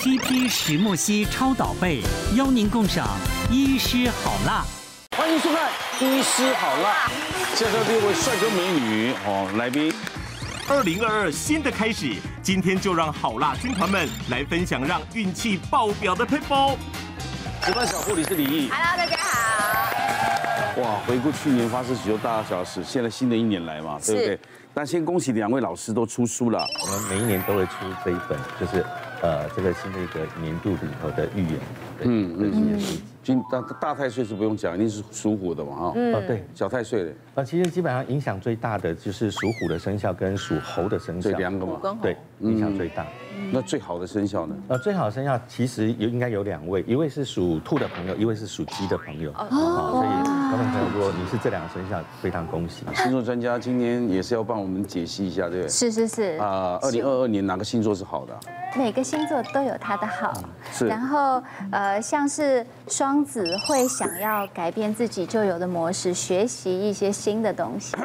TP 石墨烯超导被，邀您共赏医师好辣。 欢迎收看《医师好辣》，介绍这位帅哥美女来宾。 2022新的开始，今天就让好辣军团们来分享让运气爆表的配包。 值班小护理是李毅。 Hello， 大家好。 哇，回顾去年发生许多大小事，现在新的一年来嘛，对不对？但先恭喜2位老师都出书了。 我们每一年都会出这一本，就是这个新的一个年度里头的预言。 大太岁是不用讲，一定是属虎的嘛， 对， 小太岁的。 其实基本上影响最大的就是属虎的生肖跟属猴的生肖， 这2个嘛， 对，影响最大。 那最好的生肖呢？ 最好的生肖其实应该有2位，一位是属兔的朋友，一位是属鸡的朋友。所以观众朋友，如果你是这2个生肖，非常恭喜。 星座专家今天也是要帮我们解析一下，对不对？ 是。 2022年哪个星座是好的？ 每个星座都有它的好。 是。 然后像是双子会想要改变自己旧有的模式，学习一些新的东西。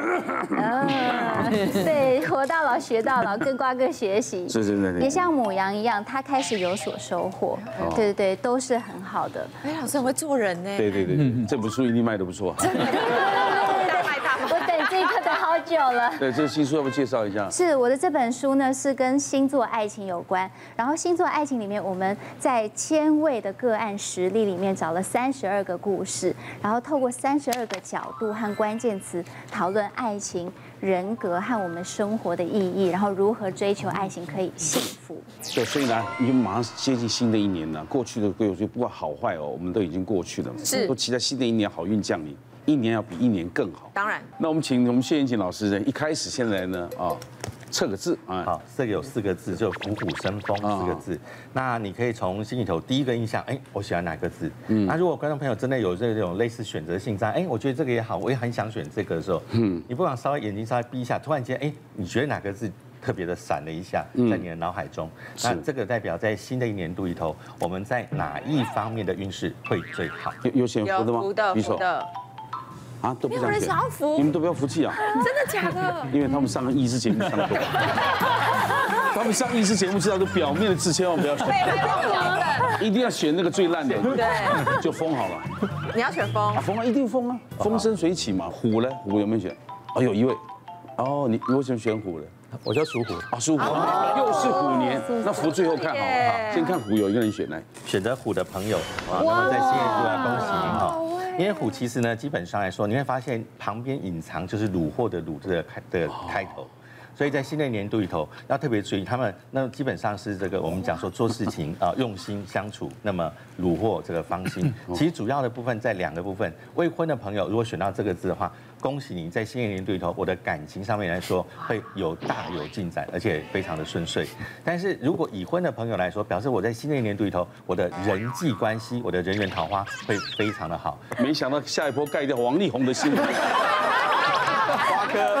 对，活到老学到老，跟瓜哥学习。 是。 也像牡羊一样，他开始有所收获。对，都是很好的。 哎，老师很会做人呢。 对，这本书一定卖得不错。 我等这一刻等好久了。 对，这新书要不介绍一下？ 是我的这本书呢，是跟星座爱情有关。然后星座爱情里面，我们在1000位的个案实例里面找了32个故事，然后透过32个角度和关键词讨论爱情、人格和我们生活的意义，然后如何追求爱情可以幸福。 对，所以呢，已经马上接近新的一年了。过去的过去，不管好坏我们都已经过去了。 是， 都期待新的一年好运降临。1年要比1年更好。 当然。 那我们请谢延景老师呢，一开始现在呢测个字啊。 好，这个有4个字，就虎虎生风4个字。那你可以从心里头第一个印象，我喜欢哪个字？那如果观众朋友真的有这种类似选择性障碍，我觉得这个也好，我也很想选这个的时候，你不妨稍微眼睛稍微闭一下，突然间，你觉得哪个字特别的闪了一下，在你的脑海中，那这个代表在新的一年度里头，我们在哪一方面的运势会最好？ 有选福的吗？ 福的， 举手。都不想选， 没有人想要福， 你们都不要福气啊！ 真的假的？ 因为他们上医师节目上过，他们上医师节目知道，就表面的字千万不要选，一定要选那个最烂的， 对， 就风好了。 你要选风风啊，一定风啊，风生水起嘛。虎呢？虎有没有选？有1位。你为什么选虎呢？ 我就属虎。 属虎，又是虎年，那福最后看好了。先看虎，有1个人选来， 选择虎的朋友，那么在新年度要恭喜您哈。因为虎其实呢，基本上来说，你会发现旁边隐藏就是虏获的虏的开头，所以在新的年度里头要特别注意他们。那基本上是这个我们讲说做事情用心相处，那么虏获这个芳心。其实主要的部分在2个部分。未婚的朋友如果选到这个字的话，恭喜你在新的年度里头，我的感情上面来说会大有进展，而且非常的顺遂。但是如果已婚的朋友来说，表示我在新的年度里头，我的人际关系、我的人缘桃花会非常的好。 没想到下一波盖掉王力宏的心。花哥，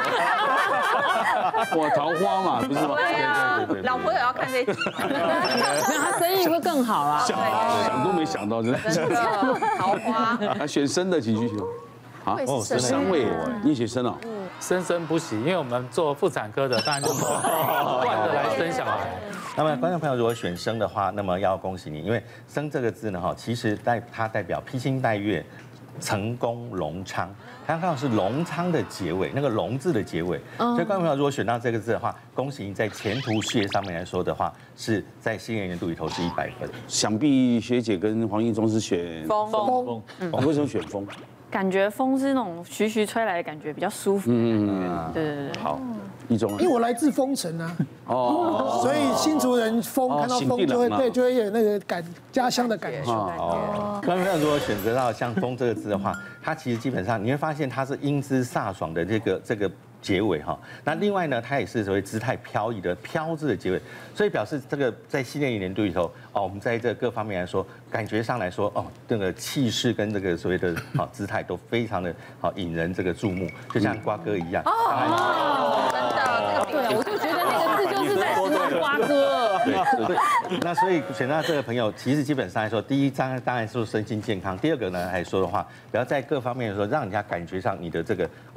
桃花嘛，不是吗？ 对，老婆也要看这一集。 没有，他生意会更好啊。 想都没想到，真的。 桃花。 选生的请举手。3位，你选生了。 生不息，因为我们做妇产科的，当然就惯着来生小孩。 那么观众朋友如果选生的话，那么要恭喜你，因为生这个字呢，其实它代表披星戴月、成功隆昌，它刚好是隆昌的结尾，那个隆字的结尾。所以观众朋友如果选到这个字的话，恭喜你在前途事业上面来说的话，是在新年度里头是100分。 想必学姐跟黄义中是选风， 为什么选风？ 感觉风是那种徐徐吹来的感觉，比较舒服。对。 好，义中。 因为我来自丰城啊，所以新竹人看到风就会有那个家乡的感觉。 观众朋友如果选择到像风这个字的话，它其实基本上你会发现它是英姿飒爽的这个结尾哈。那另外呢，它也是所谓姿态飘逸的飘字的结尾，所以表示这个在新的一年度里头我们在这各方面来说，感觉上来说这个气势跟这个所谓的姿态都非常的引人这个注目，就像瓜哥一样。 真的， 对，我就觉得那个字就是在说瓜哥。 对，那所以选到这个朋友，其实基本上来说，第一当然是身心健康，第2个呢来说的话，不要在各方面的时候让人家感觉上你的这个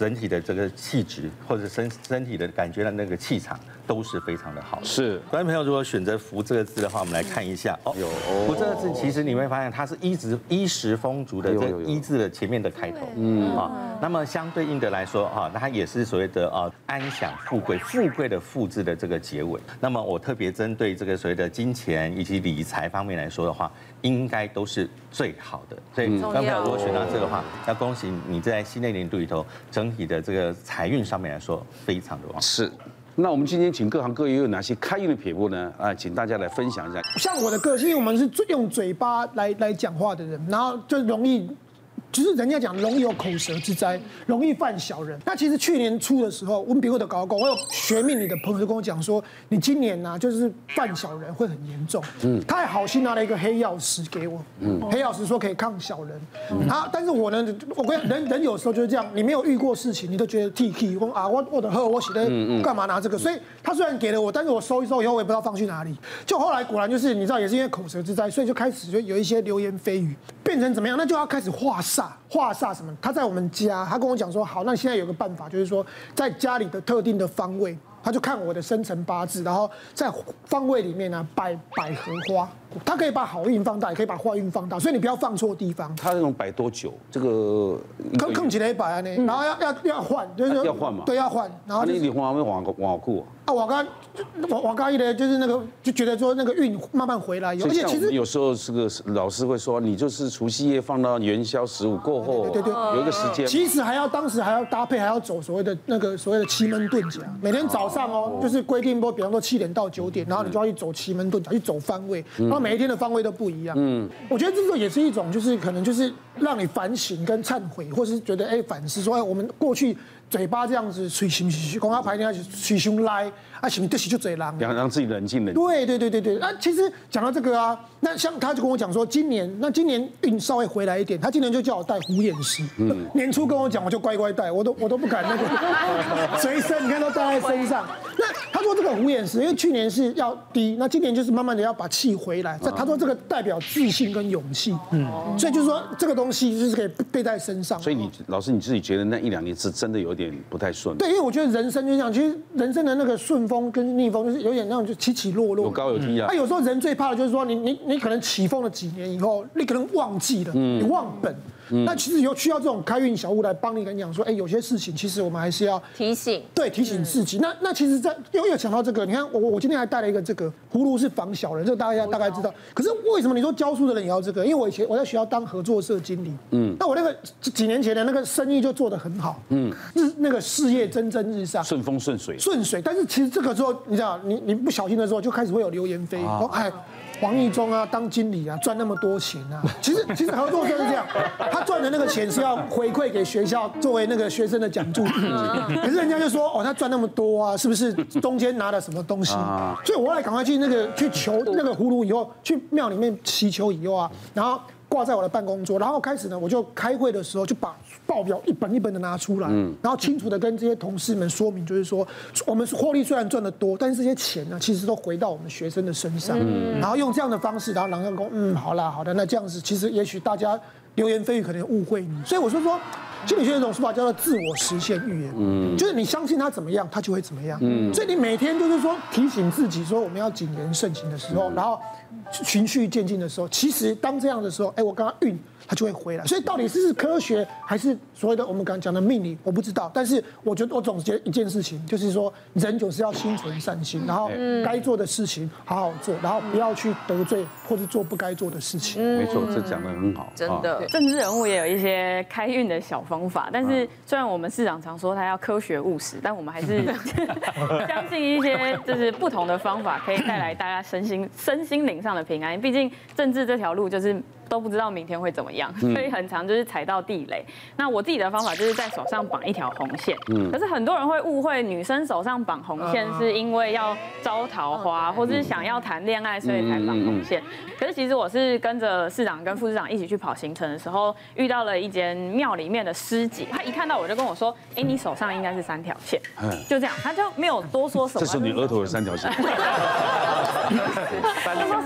整体的这个气质或者身体的感觉的那个气场都是非常的好。 是， 观众朋友如果选择福这个字的话，我们来看一下哦。福这个字其实你会发现它是衣食丰足的这一字的前面的开头，那么相对应的来说它也是所谓的安享富贵，富贵的富字的这个结尾。那么我特别针对这个所谓的金钱以及理财方面来说的话，应该都是最好的。所以观众朋友如果选到这个的话，要恭喜你在新的年度里头整体的这个财运上面来说非常的旺。 是。那我们今天请各行各业有哪些开运的撇步呢？请大家来分享一下。 像我的个性，因为我们是用嘴巴来讲话的人，然后就容易。就是人家讲容易有口舌之灾，容易犯小人。那其实去年初的时候，我们比如的搞过，我有学命理的朋友就跟我讲说，你今年啊，就是犯小人会很严重。他还好心拿了一个黑曜石给我，黑曜石说可以抗小人。但是我呢，我跟人有时候就是这样，你没有遇过事情，你都觉得 T 我的喝我写的干嘛拿这个？所以他虽然给了我，但是我收一收以后，我也不知道放去哪里。就后来果然就是你知道，也是因为口舌之灾，所以就开始就有一些流言蜚语，变成怎么样？那就要开始化煞。化煞什么？他在我们家，他跟我讲说，好，那现在有个办法，就是说在家里的特定的方位，他就看我的生辰八字，然后在方位里面呢摆百合花，它可以把好运放大，也可以把坏运放大，所以你不要放错地方。 他那种摆多久？这个坑起来摆啊呢，然后要换，就是要换嘛， 对，要换。然后你换会换酷啊，我刚一的就是那个就觉得说那个运慢慢回来，而且其实有时候是个老师会说，你就是除夕夜放到元宵15过后，对，有一个时间。 其实当时还要搭配，还要走所谓的奇门遁甲，每天早上就是规定比方说7点到9点，然后你就要去走奇门遁甲，去走方位，然后每一天的方位都不一样。我觉得这个也是一种就是可能就是让你反省跟忏悔，或是觉得反思说我们过去。嘴巴这样子吹嘘，讲他排练吹胸来，是不是就嘴狼？ 让自己冷静。 对。那其实讲到这个啊，那像他就跟我讲说，今年运稍微回来一点，他今年就叫我戴虎眼石。年初跟我讲，我就乖乖戴，我都不敢那个随身，你看都戴在身上。那他说这个虎眼石，因为去年是要低，那今年就是慢慢的要把气回来。他说这个代表自信跟勇气。所以就是说这个东西就是可以背在身上。 所以老师你自己觉得那1-2年是真的有点不太顺？ 对，因为我觉得人生就这样，其实人生的那个顺风跟逆风就是有点那种就起起落落， 有高有低啊。 有时候人最怕的就是说你可能起风了几年以后，你可能忘记了，你忘本。那其实需要这种开运小物来帮你跟你讲说，有些事情其实我们还是要提醒， 对，提醒自己。那其实又想到这个，你看我今天还带了一个这个葫芦是防小人，这个大家大概知道。可是为什么你说教书的人也要这个？因为我在学校当合作社经理，那我那个几年前的那个生意就做得很好，那个事业蒸蒸日上， 顺风顺水。 但是其实这个时候，你知道，你不小心的时候就开始会有流言蜚语，黄义中啊，当经理啊，赚那么多钱啊。其实合作社是这样，他赚的那个钱是要回馈给学校作为那个学生的奖助。可是人家就说，他赚那么多啊，是不是中间拿了什么东西？所以我后来赶快去求那个葫芦，以后去庙里面祈求以后啊，然后挂在我的办公桌，然后开始呢，我就开会的时候就把报表一本一本的拿出来，然后清楚的跟这些同事们说明，就是说我们获利虽然赚得多，但是这些钱呢，其实都回到我们学生的身上，然后用这样的方式，然后让他说，好的，那这样子，其实也许大家流言蜚语可能误会你，所以我说。心理学有一种说法叫做自我实现预言，就是你相信他怎么样，他就会怎么样。所以你每天就是说提醒自己说我们要谨言慎行的时候，然后循序渐进的时候，其实当这样的时候，我刚刚运它就会回来。所以到底是科学还是所谓的我们刚刚讲的命理，我不知道。但是我觉得我总结一件事情，就是说人就是要心存善心，然后该做的事情好好做，然后不要去得罪或者做不该做的事情。 没错，这讲得很好。 真的， 政治人物也有一些开运的小方法，但是虽然我们市长常说他要科学务实，但我们还是相信一些就是不同的方法可以带来大家身心灵上的平安。毕竟政治这条路就是都不知道明天会怎么样，所以很常就是踩到地雷。那我自己的方法就是在手上绑一条红线，可是很多人会误会女生手上绑红线是因为要招桃花，或者是想要谈恋爱，所以才绑红线。可是其实我是跟着市长跟副市长一起去跑行程的时候，遇到了一间庙里面的师姐，她一看到我就跟我说：“你手上应该是3条线。”就这样，她就没有多说什么。 这时候你额头有3条线。 就说手上3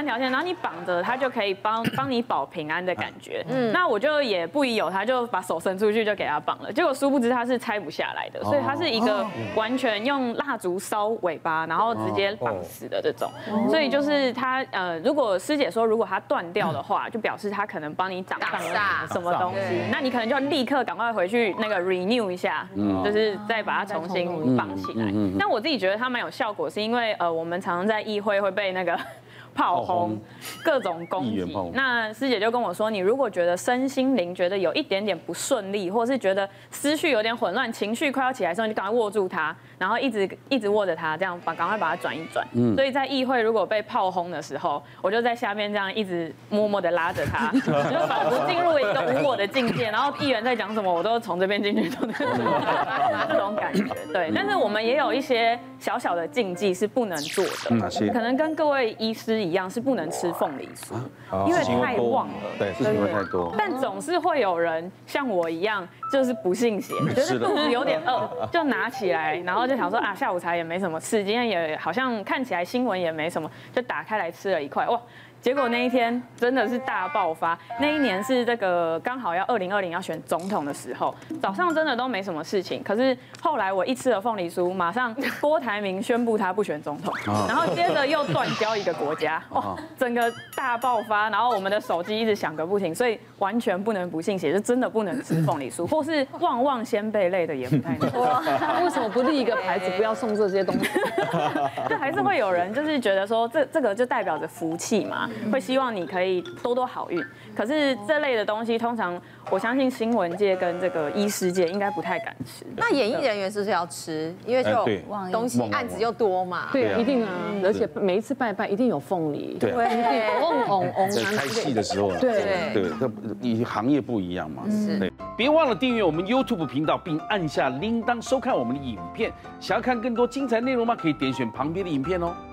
3条线，然后你绑着它就可以帮你保平安的感觉。那我就也不疑有他，就把手伸出去就给他绑了。结果殊不知它是拆不下来的，所以它是一个完全用蜡烛烧尾巴，然后直接绑死的这种。所以就是它如果师姐说如果它断掉的话，就表示它可能帮你长上了什么东西，那你可能就立刻赶快回去那个 renew 一下，就是再把它重新绑起来。但我自己觉得它蛮有效果，是因为我们常常在议会会被那个炮轰，各种攻击。那师姐就跟我说，你如果觉得身心灵觉得有一点点不顺利，或者是觉得思绪有点混乱，情绪快要起来的时候，你就赶快握住它，然后一直握着它，这样赶快把它转一转。所以在议会如果被炮轰的时候，我就在下面这样一直默默的拉着它，就仿佛进入一个无我的境界，然后议员在讲什么，我都从这边进去，这种感觉。对，但是我们也有一些小小的禁忌是不能做的， 哪些？ 可能跟各位医师一样，是不能吃凤梨酥，因为太旺了。 对，事情会太多。 但总是会有人像我一样，就是不信邪，觉得肚子有点饿，就拿起来，然后就想说啊，下午茶也没什么事，今天也好像看起来新闻也没什么，就打开来吃了一块，哇！结果那一天真的是大爆发。那一年是这个刚好要2020要选总统的时候，早上真的都没什么事情。可是后来我一吃了凤梨酥，马上郭台铭宣布他不选总统，然后接着又断交一个国家，哇，整个大爆发。然后我们的手机一直响个不停，所以完全不能不信邪，就真的不能吃凤梨酥，或是旺旺仙贝类的也不太能。 为什么不立一个牌子，不要送这些东西？ 就还是会有人就是觉得说这个就代表着福气嘛。会希望你可以多多好运，可是这类的东西通常我相信新闻界跟这个医师界应该不太敢吃。 那演艺人员是不是要吃？因为就东西案子又多嘛。 对，一定啊，而且每一次拜拜一定有凤梨。 对， 在拍戏的时候， 对， 这行业不一样嘛。对，别忘了订阅我们 YouTube 频道，并按下铃铛收看我们的影片。想要看更多精彩内容吗？可以点选旁边的影片哦。